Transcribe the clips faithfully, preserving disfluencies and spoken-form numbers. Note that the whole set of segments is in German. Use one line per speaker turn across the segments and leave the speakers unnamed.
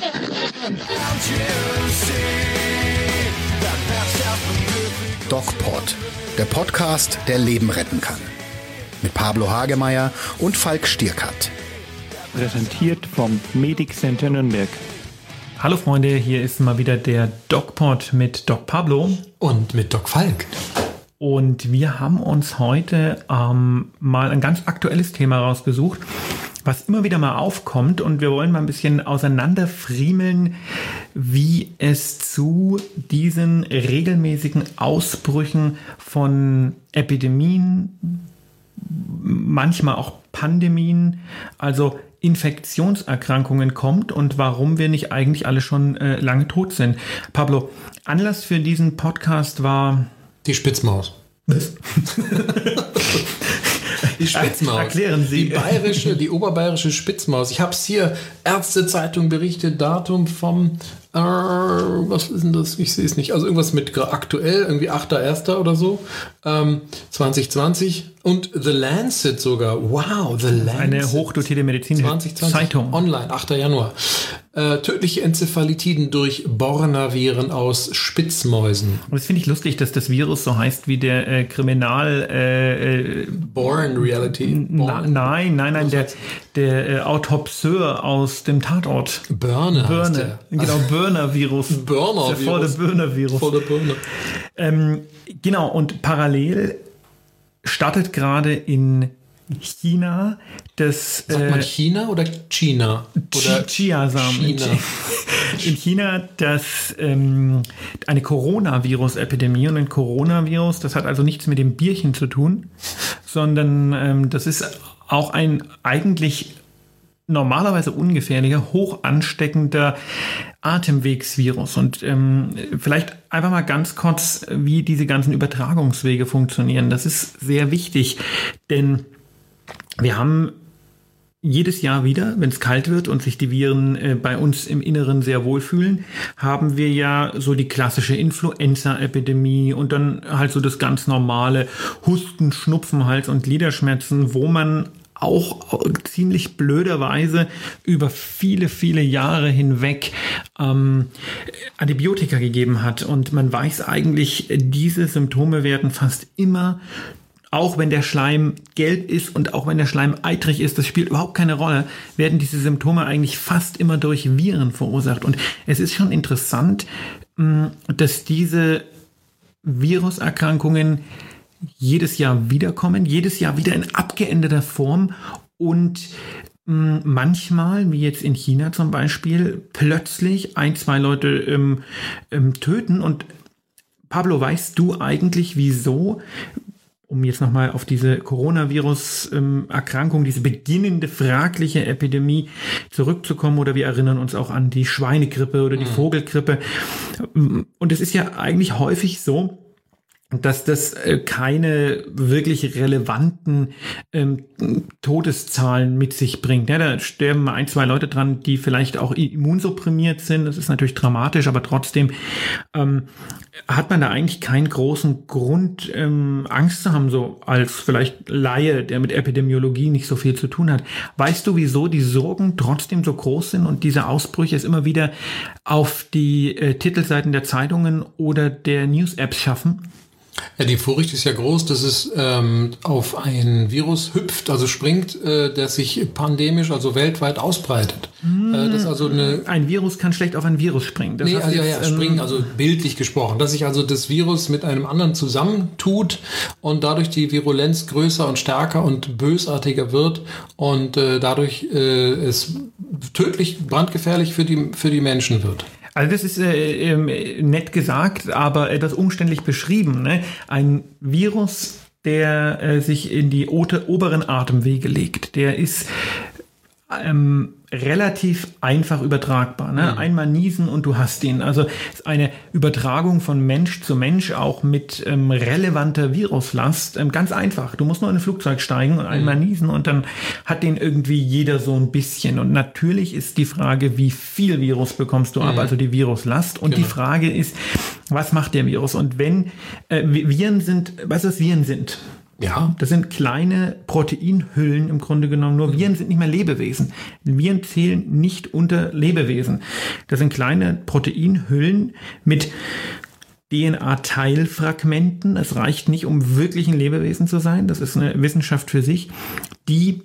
DocPod, der Podcast, der Leben retten kann. Mit Pablo Hagemeyer und Falk Stierkat.
Präsentiert vom Medic Center Nürnberg.
Hallo Freunde, hier ist mal wieder der DocPod mit Doc Pablo.
Und mit Doc Falk.
Und wir haben uns heute ähm, mal ein ganz aktuelles Thema rausgesucht, was immer wieder mal aufkommt. Und wir wollen mal ein bisschen auseinanderfriemeln, wie es zu diesen regelmäßigen Ausbrüchen von Epidemien, manchmal auch Pandemien, also Infektionserkrankungen kommt und warum wir nicht eigentlich alle schon äh, lange tot sind. Pablo, Anlass für diesen Podcast war...
Die Spitzmaus. Was? Die Spitzmaus.
Erklären Sie.
Die bayerische, die oberbayerische Spitzmaus. Ich habe es hier, Ärztezeitung berichtet, Datum vom, äh, was ist denn das? Ich sehe es nicht. Also irgendwas mit aktuell, irgendwie achter erster oder so, ähm, zwanzig zwanzig. Und The Lancet sogar. Wow, The Lancet.
Eine hochdotierte Medizin-Zeitung.
Online, achter Januar. Äh, tödliche Enzephalitiden durch Borna-Viren aus Spitzmäusen.
Und das finde ich lustig, dass das Virus so heißt wie der äh, Kriminal... Äh,
Born Reality.
Born. Na, nein, nein, nein, der, der äh, Autopseur aus dem Tatort.
Burner.
Burner. Genau, Burner-Virus.
Burner-Virus.
Voll der Burner-Virus.
Voll der Burner.
Ähm, genau, und parallel startet gerade in China das...
Sagt man China oder China? Oder
Chiasamen.
China.
In China das ähm, eine Coronavirus-Epidemie. Und ein Coronavirus, das hat also nichts mit dem Bierchen zu tun, sondern ähm, das ist auch ein eigentlich normalerweise ungefährlicher, hoch ansteckender Atemwegsvirus. Und ähm, vielleicht einfach mal ganz kurz, wie diese ganzen Übertragungswege funktionieren. Das ist sehr wichtig, denn wir haben jedes Jahr wieder, wenn es kalt wird und sich die Viren äh, bei uns im Inneren sehr wohlfühlen, haben wir ja so die klassische Influenza-Epidemie und dann halt so das ganz normale Husten, Schnupfen, Hals- und Gliederschmerzen, wo man auch ziemlich blöderweise über viele, viele Jahre hinweg ähm, Antibiotika gegeben hat. Und man weiß eigentlich, diese Symptome werden fast immer, auch wenn der Schleim gelb ist und auch wenn der Schleim eitrig ist, das spielt überhaupt keine Rolle, werden diese Symptome eigentlich fast immer durch Viren verursacht. Und es ist schon interessant, dass diese Viruserkrankungen jedes Jahr wiederkommen, jedes Jahr wieder in abgeänderter Form und mh, manchmal, wie jetzt in China zum Beispiel, plötzlich ein, zwei Leute ähm, ähm, töten. Und Pablo, weißt du eigentlich, wieso, um jetzt nochmal auf diese Coronavirus-Erkrankung, ähm, diese beginnende fragliche Epidemie zurückzukommen, oder wir erinnern uns auch an die Schweinegrippe oder die mhm. Vogelgrippe. Und es ist ja eigentlich häufig so, dass das äh, keine wirklich relevanten ähm, Todeszahlen mit sich bringt. Ja, da sterben ein, zwei Leute dran, die vielleicht auch immunsupprimiert sind. Das ist natürlich dramatisch, aber trotzdem ähm, hat man da eigentlich keinen großen Grund, ähm, Angst zu haben, so als vielleicht Laie, der mit Epidemiologie nicht so viel zu tun hat. Weißt du, wieso die Sorgen trotzdem so groß sind und diese Ausbrüche es immer wieder auf die äh, Titelseiten der Zeitungen oder der News-Apps schaffen?
Ja, die Furcht ist ja groß, dass es ähm, auf ein Virus hüpft, also springt, äh, der sich pandemisch, also weltweit ausbreitet. Mm. Äh, das also eine
ein Virus kann schlecht auf ein Virus springen. Das
nee, also,
jetzt,
ja, ja, springen, also bildlich gesprochen, dass sich also das Virus mit einem anderen zusammentut und dadurch die Virulenz größer und stärker und bösartiger wird und äh, dadurch äh, es tödlich, brandgefährlich für die, für die Menschen wird.
Also das ist äh, äh, nett gesagt, aber etwas umständlich beschrieben. Ne? Ein Virus, der äh, sich in die oberen Atemwege legt, der ist ähm, relativ einfach übertragbar. Ne? Mhm. Einmal niesen und du hast ihn. Also es ist eine Übertragung von Mensch zu Mensch, auch mit ähm, relevanter Viruslast. Ähm, ganz einfach. Du musst nur in ein Flugzeug steigen und einmal mhm. niesen und dann hat den irgendwie jeder so ein bisschen. Und natürlich ist die Frage, wie viel Virus bekommst du mhm. ab, also die Viruslast. Und genau. die Frage ist, was macht der Virus? Und wenn äh, Viren sind, weißt du, was Viren sind?
Ja.
Das sind kleine Proteinhüllen im Grunde genommen. Nur Viren sind nicht mehr Lebewesen. Viren zählen nicht unter Lebewesen. Das sind kleine Proteinhüllen mit D N A-Teilfragmenten. Es reicht nicht, um wirklich ein Lebewesen zu sein. Das ist eine Wissenschaft für sich, die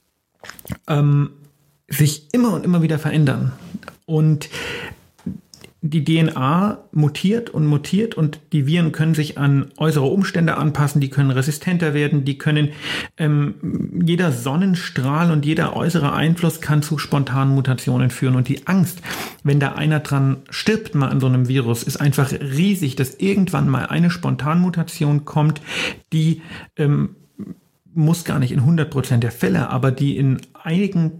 ähm, sich immer und immer wieder verändern. Und die D N A mutiert und mutiert und die Viren können sich an äußere Umstände anpassen, die können resistenter werden, die können, ähm, jeder Sonnenstrahl und jeder äußere Einfluss kann zu spontanen Mutationen führen. Und die Angst, wenn da einer dran stirbt mal an so einem Virus, ist einfach riesig, dass irgendwann mal eine Spontanmutation kommt, die ähm, muss gar nicht in hundert Prozent der Fälle, aber die in einigen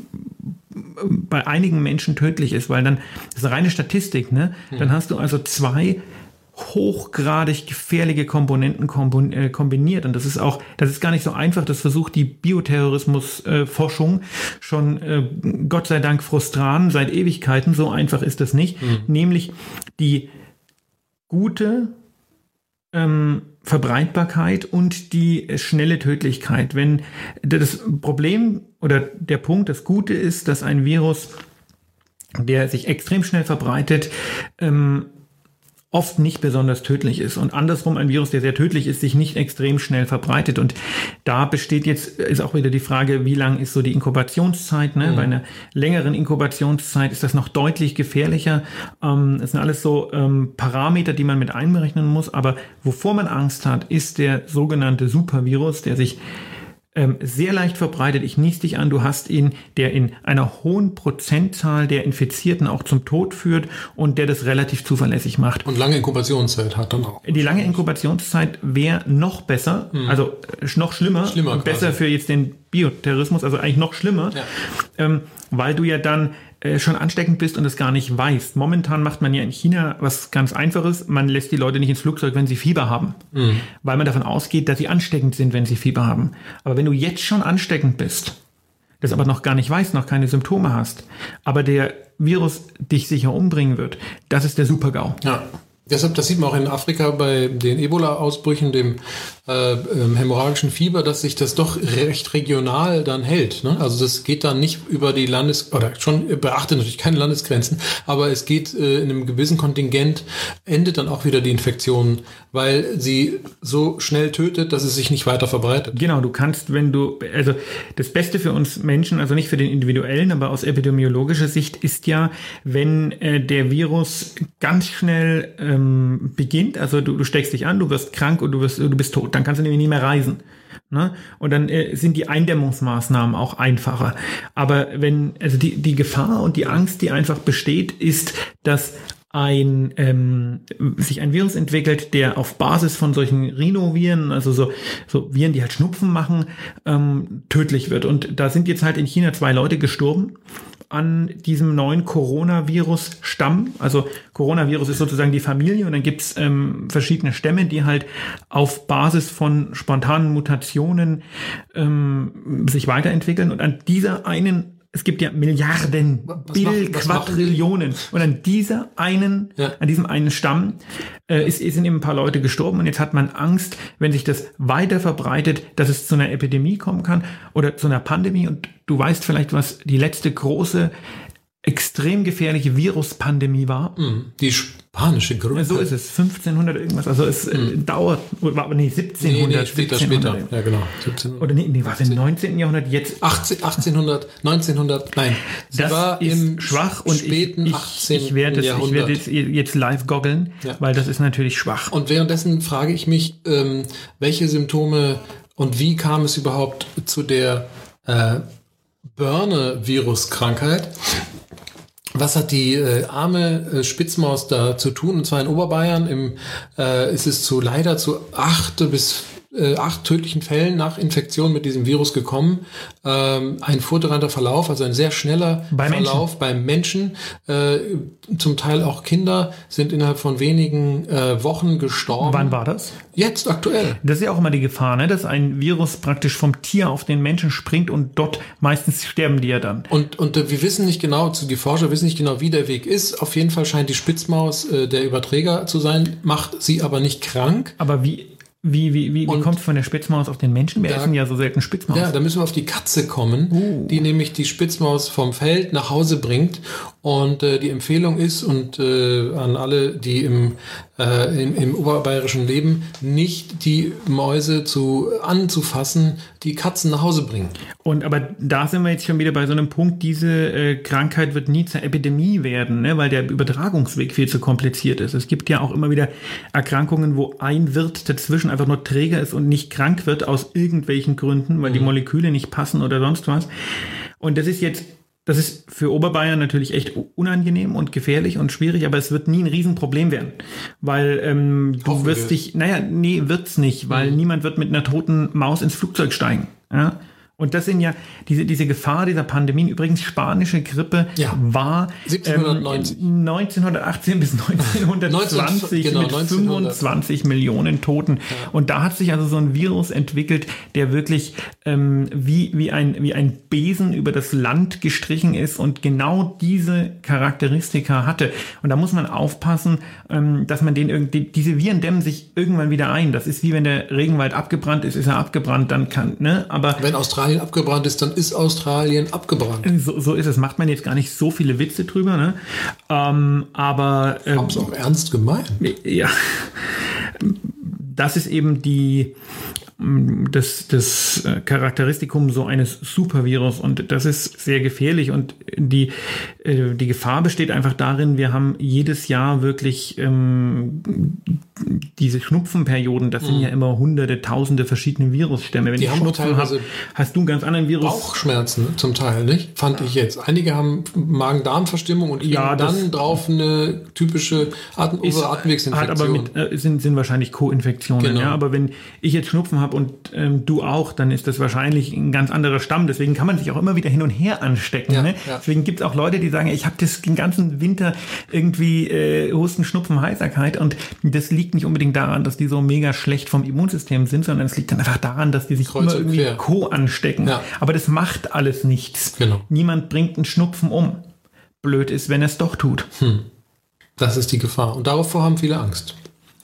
bei einigen Menschen tödlich ist, weil dann, das ist eine reine Statistik, ne? Dann hast du also zwei hochgradig gefährliche Komponenten kombiniert und das ist auch, das ist gar nicht so einfach, das versucht die Bioterrorismus-Forschung schon, äh, Gott sei Dank frustran, seit Ewigkeiten, so einfach ist das nicht, mhm. nämlich die gute ähm, Verbreitbarkeit und die schnelle Tödlichkeit. Wenn das Problem oder der Punkt, das Gute ist, dass ein Virus, der sich extrem schnell verbreitet, ähm, oft nicht besonders tödlich ist und andersrum ein Virus, der sehr tödlich ist, sich nicht extrem schnell verbreitet. Und da besteht jetzt, ist auch wieder die Frage, wie lang ist so die Inkubationszeit, ne? Mhm. Bei einer längeren Inkubationszeit ist das noch deutlich gefährlicher. Ähm, das sind alles so ähm, Parameter, die man mit einberechnen muss, aber wovor man Angst hat, ist der sogenannte Supervirus, der sich Ähm, sehr leicht verbreitet. Ich nies dich an, du hast ihn, der in einer hohen Prozentzahl der Infizierten auch zum Tod führt und der das relativ zuverlässig macht.
Und lange Inkubationszeit hat dann auch.
Die lange Inkubationszeit wäre noch besser, hm. also äh, noch schlimmer,
schlimmer
und besser für jetzt den Bioterrorismus, also eigentlich noch schlimmer, ja. ähm, weil du ja dann äh, schon ansteckend bist und es gar nicht weißt. Momentan macht man ja in China was ganz Einfaches, man lässt die Leute nicht ins Flugzeug, wenn sie Fieber haben, mhm. weil man davon ausgeht, dass sie ansteckend sind, wenn sie Fieber haben. Aber wenn du jetzt schon ansteckend bist, das aber noch gar nicht weißt, noch keine Symptome hast, aber der Virus dich sicher umbringen wird, das ist der Super-GAU.
Ja. Deshalb, das sieht man auch in Afrika bei den Ebola-Ausbrüchen, dem äh, ähm, hämorrhagischen Fieber, dass sich das doch recht regional dann hält. Ne? Also das geht dann nicht über die Landes- oder schon beachtet natürlich keine Landesgrenzen, aber es geht äh, in einem gewissen Kontingent, endet dann auch wieder die Infektion, weil sie so schnell tötet, dass es sich nicht weiter verbreitet.
Genau, du kannst, wenn du, also das Beste für uns Menschen, also nicht für den Individuellen, aber aus epidemiologischer Sicht ist ja, wenn äh, der Virus ganz schnell äh, beginnt, also du, du steckst dich an, du wirst krank und du wirst, du bist tot, dann kannst du nämlich nie mehr reisen. Ne? Und dann äh, sind die Eindämmungsmaßnahmen auch einfacher. Aber wenn, also die, die Gefahr und die Angst, die einfach besteht, ist, dass ein ähm, sich ein Virus entwickelt, der auf Basis von solchen Rhinoviren, also so, so Viren, die halt Schnupfen machen, ähm, tödlich wird. Und da sind jetzt halt in China zwei Leute gestorben an diesem neuen Coronavirus-Stamm. Also Coronavirus ist sozusagen die Familie und dann gibt's ähm, verschiedene Stämme, die halt auf Basis von spontanen Mutationen ähm, sich weiterentwickeln. Und an dieser einen, es gibt ja Milliarden, Bill, Quadrillionen. Und an dieser einen, ja. an diesem einen Stamm äh, ist, sind eben ein paar Leute gestorben. Und jetzt hat man Angst, wenn sich das weiter verbreitet, dass es zu einer Epidemie kommen kann oder zu einer Pandemie. Und du weißt vielleicht, was die letzte große, extrem gefährliche Viruspandemie war.
Die spanische Grippe.
Ja, so ist es. fünfzehnhundert irgendwas. Also es äh, mhm. dauert, oder nee, siebzehnhundert. Nee, nee,
später, später. Ja, genau. siebzehnhundert.
Oder nee, nee war es im neunzehnten Jahrhundert? Jetzt.
achtzehn, achtzehnhundert, neunzehnhundert, nein. Sie
das
war
ist
im
schwach und
späten
ich, ich,
achtzehnten
ich werde
Jahrhundert.
Ich werde jetzt, jetzt live goggeln, ja. weil das ist natürlich schwach.
Und währenddessen frage ich mich, ähm, welche Symptome und wie kam es überhaupt zu der äh, Börne-Virus-Krankheit? Was hat die äh, arme äh, Spitzmaus da zu tun? Und zwar in Oberbayern im, äh, ist es zu leider zu acht bis äh, acht tödlichen Fällen nach Infektion mit diesem Virus gekommen. Ähm, ein fulminanter Verlauf, also ein sehr schneller
bei
Verlauf beim Menschen. Äh, zum Teil auch Kinder sind innerhalb von wenigen äh, Wochen gestorben.
Wann war das?
Jetzt, aktuell.
Das ist ja auch immer die Gefahr, ne? Dass ein Virus praktisch vom Tier auf den Menschen springt und dort meistens sterben die ja dann.
Und, und äh, wir wissen nicht genau, die Forscher wissen nicht genau, wie der Weg ist. Auf jeden Fall scheint die Spitzmaus äh, der Überträger zu sein, macht sie aber nicht krank.
Aber wie... Wie, wie, wie, wie kommt es von der Spitzmaus auf den Menschen? Wir
da,
essen ja so selten Spitzmaus.
Ja, da müssen wir auf die Katze kommen, uh. die nämlich die Spitzmaus vom Feld nach Hause bringt. Und äh, die Empfehlung ist, und äh, an alle, die im, äh, im, im oberbayerischen leben, nicht die Mäuse zu anzufassen, die Katzen nach Hause bringen.
Und aber da sind wir jetzt schon wieder bei so einem Punkt, diese äh, Krankheit wird nie zur Epidemie werden, ne, weil der Übertragungsweg viel zu kompliziert ist. Es gibt ja auch immer wieder Erkrankungen, wo ein Wirt dazwischen einfach nur Träger ist und nicht krank wird aus irgendwelchen Gründen, weil mhm. die Moleküle nicht passen oder sonst was. Und das ist jetzt Das ist für Oberbayern natürlich echt unangenehm und gefährlich und schwierig, aber es wird nie ein Riesenproblem werden, weil ähm, du Hoffen wirst wir. dich, naja, nee, wird's nicht, weil mhm. niemand wird mit einer toten Maus ins Flugzeug steigen. Ja? Und das sind ja diese, diese Gefahr dieser Pandemien. Übrigens, spanische Grippe ja. war
siebzehnhundertneunzig.
Ähm, neunzehnhundertachtzehn bis neunzehnhundertzwanzig genau, mit fünfundzwanzig Millionen Toten. Ja. Und da hat sich also so ein Virus entwickelt, der wirklich ähm, wie, wie, ein, wie ein Besen über das Land gestrichen ist und genau diese Charakteristika hatte. Und da muss man aufpassen, ähm, dass man den irgendwie, diese Viren dämmen sich irgendwann wieder ein. Das ist wie wenn der Regenwald abgebrannt ist, ist er abgebrannt, dann kann, ne, aber
wenn Australien abgebrannt ist, dann ist Australien abgebrannt.
So, so ist es. Macht man jetzt gar nicht so viele Witze drüber, ne? Ähm, aber
ähm, haben es auch ernst gemeint.
Ja, das ist eben die das, das Charakteristikum so eines Supervirus und das ist sehr gefährlich und die, die Gefahr besteht einfach darin, wir haben jedes Jahr wirklich ähm, diese Schnupfenperioden, das sind mhm. ja immer hunderte, tausende verschiedene Virusstämme. Wenn
die
ich
haben
Schnupfen habe, hast du einen ganz anderen Virus.
Bauchschmerzen zum Teil, nicht? Fand ich jetzt. Einige haben Magen-Darm-Verstimmung und
ja,
dann drauf eine typische Atem- oder Atemwegsinfektion.
Hat aber mit, äh, sind, sind wahrscheinlich Co-Infektionen. Genau. Ja? Aber wenn ich jetzt Schnupfen habe und ähm, du auch, dann ist das wahrscheinlich ein ganz anderer Stamm. Deswegen kann man sich auch immer wieder hin und her anstecken. Ja, ne? ja. Deswegen gibt es auch Leute, die sagen, ich habe das den ganzen Winter irgendwie äh, Husten, Schnupfen, Heiserkeit und das liegt nicht unbedingt daran, dass die so mega schlecht vom Immunsystem sind, sondern es liegt dann einfach daran, dass die sich Kreuz immer irgendwie quer. Co anstecken. Ja. Aber das macht alles nichts.
Genau.
Niemand bringt einen Schnupfen um. Blöd ist, wenn er es doch tut.
Hm. Das ist die Gefahr. Und davor haben viele Angst.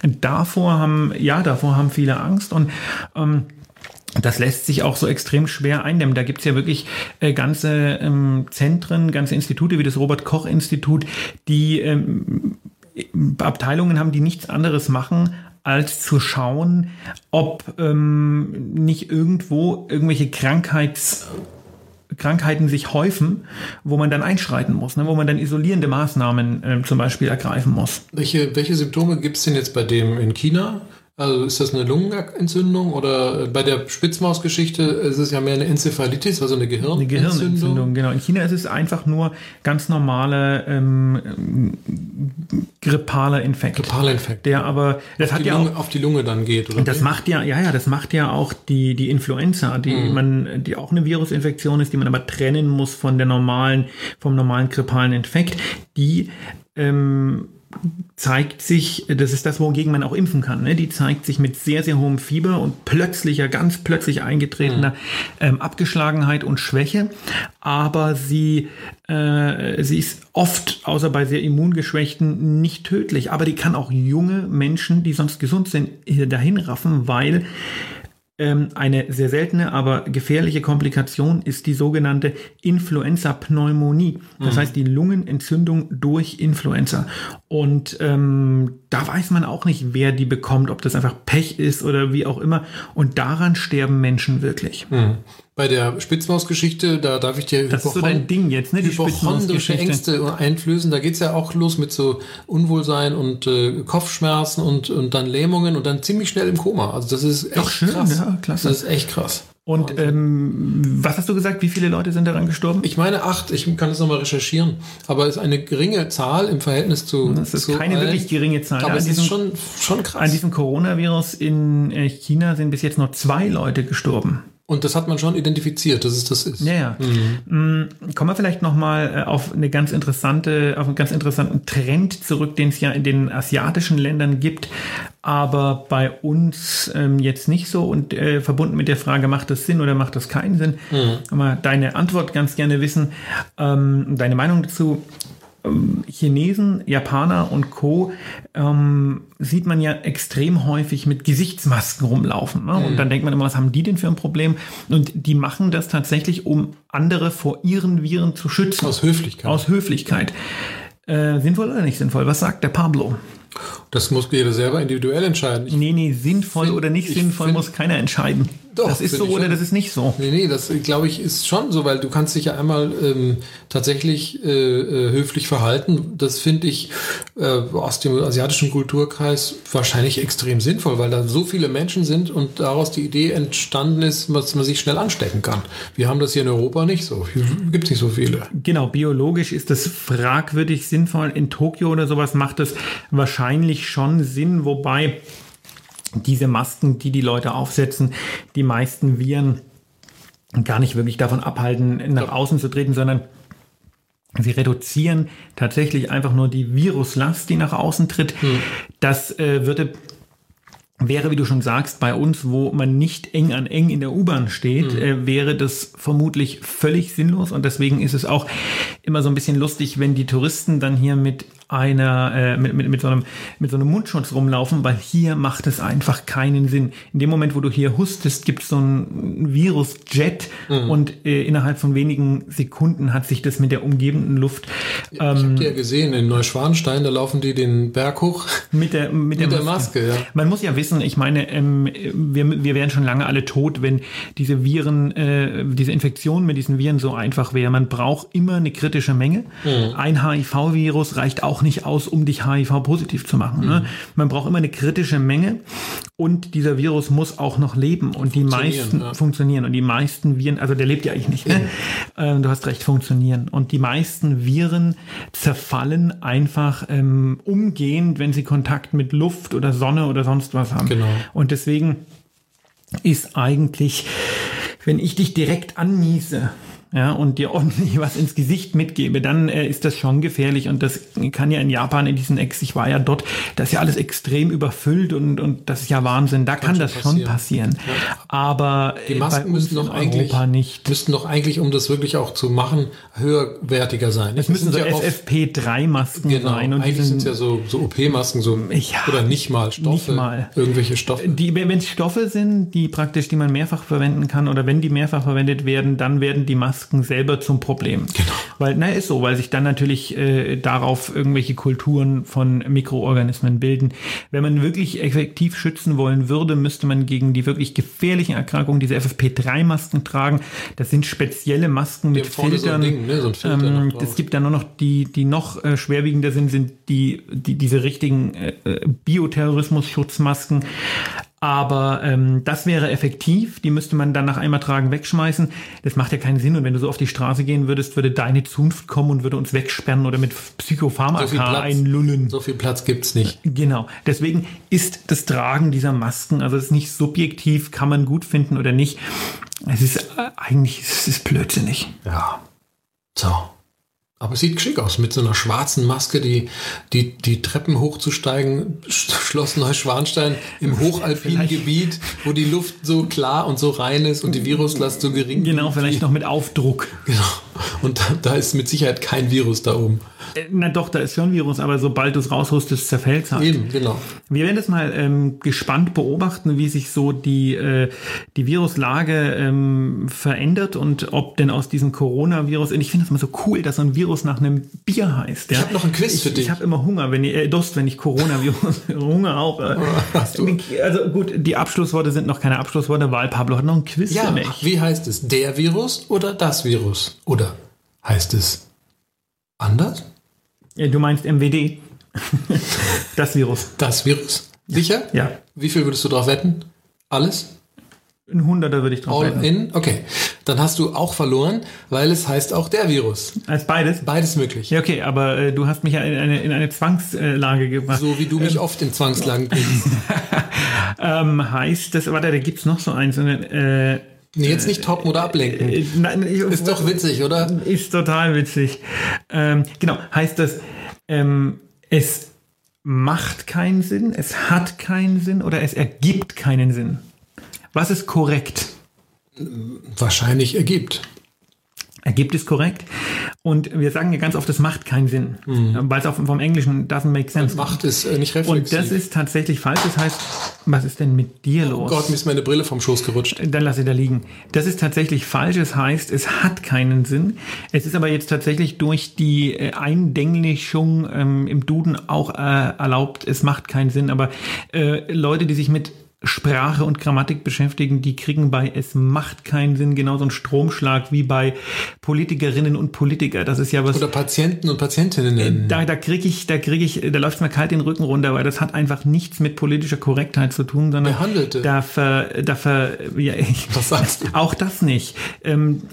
Davor haben, ja, davor haben viele Angst und ähm, das lässt sich auch so extrem schwer eindämmen. Da gibt es ja wirklich äh, ganze ähm, Zentren, ganze Institute wie das Robert-Koch-Institut, die ähm, Abteilungen haben, die nichts anderes machen, als zu schauen, ob ähm, nicht irgendwo irgendwelche Krankheits Krankheiten sich häufen, wo man dann einschreiten muss, ne? Wo man dann isolierende Maßnahmen äh, zum Beispiel ergreifen muss.
Welche, welche Symptome gibt es denn jetzt bei dem in China? Also ist das eine Lungenentzündung oder bei der Spitzmaus-Geschichte ist es ja mehr eine Enzephalitis, also eine Gehirnentzündung? Eine Gehirnentzündung,
genau. In China ist es einfach nur ganz normale ähm, grippaler Infekt.
Grippaler Infekt.
Der aber, das
auf
hat
die
ja
Lunge,
auch,
auf die Lunge dann geht, oder?
Das wie? macht ja, ja, ja, das macht ja auch die, die Influenza, die mhm. man, die auch eine Virusinfektion ist, die man aber trennen muss von der normalen, vom normalen grippalen Infekt, die, ähm, zeigt sich, das ist das, wogegen man auch impfen kann, ne? Die zeigt sich mit sehr, sehr hohem Fieber und plötzlicher, ganz plötzlich eingetretener mhm. ähm, Abgeschlagenheit und Schwäche. Aber sie, äh, sie ist oft, außer bei sehr immungeschwächten, nicht tödlich. Aber die kann auch junge Menschen, die sonst gesund sind, dahin raffen, weil eine sehr seltene, aber gefährliche Komplikation ist die sogenannte Influenza-Pneumonie. Das mhm. heißt, die Lungenentzündung durch Influenza. Und ähm, da weiß man auch nicht, wer die bekommt, ob das einfach Pech ist oder wie auch immer. Und daran sterben Menschen wirklich.
Mhm. Bei der Spitzmaus-Geschichte, da darf ich dir
das ist so dein Ding jetzt, ne? Die
hypochondrische Ängste einflößen. Da geht es ja auch los mit so Unwohlsein und äh, Kopfschmerzen und, und dann Lähmungen und dann ziemlich schnell im Koma. Also das ist echt
Doch, schön,
krass.
Ja, klasse.
Das ist echt krass.
Und ähm, was hast du gesagt? Wie viele Leute sind daran gestorben?
Ich meine acht. Ich kann das nochmal recherchieren. Aber es ist eine geringe Zahl im Verhältnis zu.
Das ist
zu
keine allen. wirklich geringe Zahl.
Aber
an
es
diesem,
ist schon, schon krass.
An diesem Coronavirus in China sind bis jetzt nur zwei Leute gestorben.
Und das hat man schon identifiziert, dass es das ist.
Ja, ja. Mhm. Kommen wir vielleicht nochmal auf eine ganz interessante, auf einen ganz interessanten Trend zurück, den es ja in den asiatischen Ländern gibt, aber bei uns ähm, jetzt nicht so und äh, verbunden mit der Frage, macht das Sinn oder macht das keinen Sinn? Mhm. Aber deine Antwort ganz gerne wissen, ähm, deine Meinung dazu. Chinesen, Japaner und Co. Ähm, sieht man ja extrem häufig mit Gesichtsmasken rumlaufen. Ne? Und dann denkt man immer, was haben die denn für ein Problem? Und die machen das tatsächlich, um andere vor ihren Viren zu schützen.
Aus Höflichkeit.
Aus Höflichkeit. Äh, sinnvoll oder nicht sinnvoll? Was sagt der Pablo?
Das muss jeder selber individuell entscheiden. Ich
nee, nee, sinnvoll
find,
oder nicht sinnvoll
find,
muss keiner entscheiden.
Doch,
das ist so oder
schon.
Das ist nicht so.
Nee, nee, das glaube ich ist schon so, weil du kannst dich ja einmal ähm, tatsächlich äh, höflich verhalten. Das finde ich äh, aus dem asiatischen Kulturkreis wahrscheinlich extrem sinnvoll, weil da so viele Menschen sind und daraus die Idee entstanden ist, dass man sich schnell anstecken kann. Wir haben das hier in Europa nicht so. Hier gibt es nicht so viele.
Genau, biologisch ist das fragwürdig sinnvoll. In Tokio oder sowas macht es wahrscheinlich schon Sinn, wobei diese Masken, die die Leute aufsetzen, die meisten Viren gar nicht wirklich davon abhalten, nach außen zu treten, sondern sie reduzieren tatsächlich einfach nur die Viruslast, die nach außen tritt. Hm. Das äh, würde wäre, wie du schon sagst, bei uns, wo man nicht eng an eng in der U-Bahn steht, mhm. äh, wäre das vermutlich völlig sinnlos. Und deswegen ist es auch immer so ein bisschen lustig, wenn die Touristen dann hier mit einer äh, mit, mit, mit, so einem, mit so einem Mundschutz rumlaufen, weil hier macht es einfach keinen Sinn. In dem Moment, wo du hier hustest, gibt es so ein Virusjet mhm. und äh, innerhalb von wenigen Sekunden hat sich das mit der umgebenden Luft
ähm, ich habe die ja gesehen, in Neuschwanstein, da laufen die den Berg hoch
mit der, mit der,
mit der
Maske.
Maske. Ja.
Man muss ja wissen, ich meine, ähm, wir, wir wären schon lange alle tot, wenn diese Viren, äh, diese Infektion mit diesen Viren so einfach wäre. Man braucht immer eine kritische Menge. Mhm. Ein H I V-Virus reicht auch nicht aus, um dich H I V-positiv zu machen. Mhm. Ne? Man braucht immer eine kritische Menge und dieser Virus muss auch noch leben und die meisten ja. funktionieren und die meisten Viren, also der lebt ja eigentlich nicht, ne? ähm, du hast recht, funktionieren und die meisten Viren zerfallen einfach ähm, umgehend, wenn sie Kontakt mit Luft oder Sonne oder sonst was haben.
Genau.
Und deswegen ist eigentlich, wenn ich dich direkt anniese, ja, und dir ordentlich was ins Gesicht mitgebe, dann äh, ist das schon gefährlich und das kann ja in Japan in diesen Ex, ich war ja dort, das ist ja alles extrem überfüllt und, und das ist ja Wahnsinn, da kann, kann das schon passieren. passieren. Ja. Aber
die Masken
bei uns
müssen doch
in Europa
eigentlich,
nicht.
müssten doch eigentlich, um das wirklich auch zu machen, höherwertiger sein.
Es müssen so ja S F P drei Masken
genau,
sein. Und
eigentlich sind es ja so, so O P-Masken, so,
ja,
oder nicht mal Stoffe,
nicht mal.
irgendwelche Stoffe.
Die, wenn es Stoffe sind, die praktisch, die man mehrfach verwenden kann oder wenn die mehrfach verwendet werden, dann werden die Masken selber zum Problem.
Genau.
Weil, na, ist so, weil sich dann natürlich äh, darauf irgendwelche Kulturen von Mikroorganismen bilden. Wenn man wirklich effektiv schützen wollen würde, müsste man gegen die wirklich gefährlichen Erkrankungen diese F F P drei Masken tragen. Das sind spezielle Masken mit Filtern. So ein Ding, ne? So ein Filter ähm, es gibt dann nur noch die, die noch äh, schwerwiegender sind, sind die, die diese richtigen äh, Bioterrorismus-Schutzmasken. Aber ähm, das wäre effektiv, die müsste man dann nach einmal tragen wegschmeißen. Das macht ja keinen Sinn. Und wenn du so auf die Straße gehen würdest, würde deine Zunft kommen und würde uns wegsperren oder mit Psychopharmaka so einlullen.
So viel Platz gibt's nicht.
Genau. Deswegen ist das Tragen dieser Masken, also es ist nicht subjektiv, kann man gut finden oder nicht. Es ist äh, eigentlich, es ist blödsinnig.
Ja. So. Aber es sieht schick aus, mit so einer schwarzen Maske, die, die, die Treppen hochzusteigen, Schloss Neuschwanstein im hochalpinen Gebiet, wo die Luft so klar und so rein ist und die Viruslast so gering.
Genau, vielleicht noch mit Aufdruck.
Genau. Und da, da ist mit Sicherheit kein Virus da oben.
Na doch, da ist schon ein Virus, aber sobald du es raushustest, zerfällt es halt.
Eben, genau.
Wir werden das mal ähm, gespannt beobachten, wie sich so die, äh, die Viruslage ähm, verändert und ob denn aus diesem Coronavirus, und ich finde das immer so cool, dass so ein Virus nach einem Bier heißt. Ja?
Ich habe noch ein Quiz
ich,
für dich.
Ich habe immer Hunger, wenn ich, äh, Durst, wenn ich Coronavirus, Hunger auch. Äh.
Hast du?
Also gut, die Abschlussworte sind noch keine Abschlussworte, weil Pablo hat noch ein Quiz
ja,
für mich.
Wie heißt es? Der Virus oder das Virus? Oder heißt es anders?
Du meinst M W D? Das Virus.
Das Virus? Sicher?
Ja.
Wie viel würdest du drauf wetten? Alles?
Ein Hunderter würde ich drauf
All
wetten.
In? Okay. Dann hast du auch verloren, weil es heißt auch der Virus.
Als beides?
Beides möglich.
Ja, okay, aber äh, du hast mich ja in eine, in eine Zwangslage gebracht.
So wie du mich ähm, oft in Zwangslagen bringst.
ähm, heißt das, warte, da gibt es noch so eins. Äh,
Nee, jetzt nicht toppen oder ablenken. Äh,
nein, ich,
ist doch witzig, oder?
Ist total witzig. Ähm, genau, heißt das, ähm, es macht keinen Sinn, es hat keinen Sinn oder es ergibt keinen Sinn? Was ist korrekt?
Wahrscheinlich ergibt.
Ergibt es korrekt. Und wir sagen ja ganz oft, das macht keinen Sinn. Mhm. Weil es auch vom Englischen doesn't make sense.
Macht es äh, nicht reflexiv.
Und das ist tatsächlich falsch. Das heißt, was ist denn mit dir los?
Oh Gott, mir ist meine Brille vom Schoß gerutscht.
Dann lass sie da liegen. Das ist tatsächlich falsch. Das heißt, es hat keinen Sinn. Es ist aber jetzt tatsächlich durch die äh, Eindenglischung ähm, im Duden auch äh, erlaubt, es macht keinen Sinn. Aber äh, Leute, die sich mit Sprache und Grammatik beschäftigen, die kriegen bei es macht keinen Sinn genauso einen Stromschlag wie bei Politikerinnen und Politiker. Das ist ja was.
Oder Patienten und Patientinnen.
Da, da kriege ich, da kriege ich, da läuft mir kalt den Rücken runter, weil das hat einfach nichts mit politischer Korrektheit zu tun, sondern
Behandelte.
Da ver, da ver, ja, ich,
was sagst du?
Auch das nicht. Ähm,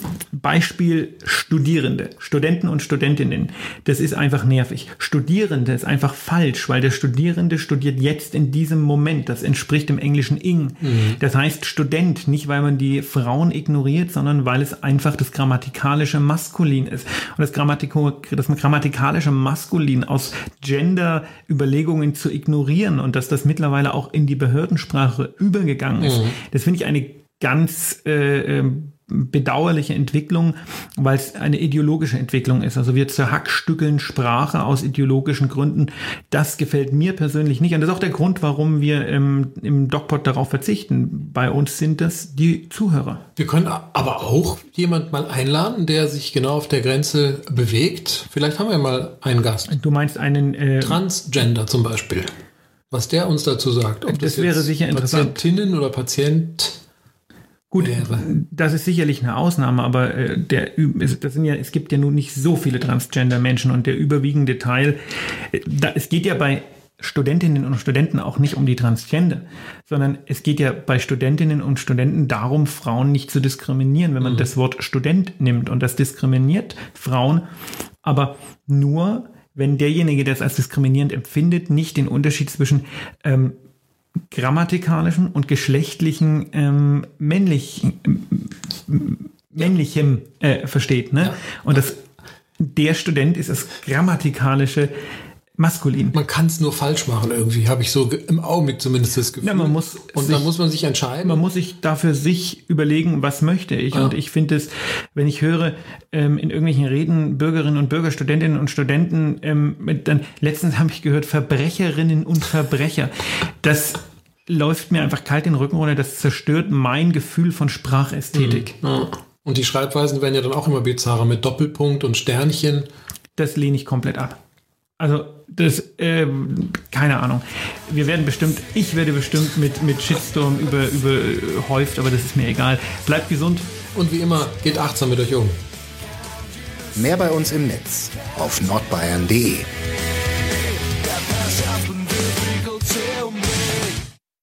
Beispiel Studierende, Studenten und Studentinnen. Das ist einfach nervig. Studierende ist einfach falsch, weil der Studierende studiert jetzt in diesem Moment. Das entspricht im Englischen ing. Mhm. Das heißt Student, nicht weil man die Frauen ignoriert, sondern weil es einfach das grammatikalische Maskulin ist. Und das, Grammatiko, das grammatikalische Maskulin aus Gender-Überlegungen zu ignorieren und dass das mittlerweile auch in die Behördensprache übergegangen ist, mhm. das finde ich eine ganz äh, bedauerliche Entwicklung, weil es eine ideologische Entwicklung ist. Also wir zerhackstückeln Sprache aus ideologischen Gründen. Das gefällt mir persönlich nicht. Und das ist auch der Grund, warum wir ähm, im DocPod darauf verzichten. Bei uns sind das die Zuhörer.
Wir können aber auch jemand mal einladen, der sich genau auf der Grenze bewegt. Vielleicht haben wir mal einen Gast.
Du meinst einen äh,
Transgender zum Beispiel. Was der uns dazu sagt. Ob
das,
das
wäre sicher interessant.
Patientinnen oder Patient.
Gut, das ist sicherlich eine Ausnahme, aber äh, der, das sind ja, es gibt ja nun nicht so viele Transgender-Menschen und der überwiegende Teil, äh, da, es geht ja bei Studentinnen und Studenten auch nicht um die Transgender, sondern es geht ja bei Studentinnen und Studenten darum, Frauen nicht zu diskriminieren, wenn man mhm. das Wort Student nimmt und das diskriminiert Frauen, aber nur, wenn derjenige, der es als diskriminierend empfindet, nicht den Unterschied zwischen ähm, grammatikalischen und geschlechtlichen ähm, männlich, ähm, männlichem äh, versteht. Ne? Ja. Und das, der Student ist das grammatikalische Maskulin.
Man kann es nur falsch machen irgendwie, habe ich so im Augenblick zumindest das Gefühl.
Ja, man muss
und
sich,
dann muss man sich entscheiden.
Man muss sich dafür sich überlegen, was möchte ich. Ja. Und ich finde es, wenn ich höre, ähm, in irgendwelchen Reden Bürgerinnen und Bürger, Studentinnen und Studenten, ähm, mit, dann letztens habe ich gehört, Verbrecherinnen und Verbrecher. Das läuft mir einfach kalt den Rücken runter. Das zerstört mein Gefühl von Sprachästhetik.
Mhm. Ja. Und die Schreibweisen werden ja dann auch immer bizarrer mit Doppelpunkt und Sternchen.
Das lehne ich komplett ab. Also das, äh, keine Ahnung. Wir werden bestimmt, ich werde bestimmt mit, mit Shitstorm über, überhäuft, aber das ist mir egal. Bleibt gesund.
Und wie immer, geht achtsam mit euch um.
Mehr bei uns im Netz auf nordbayern punkt de.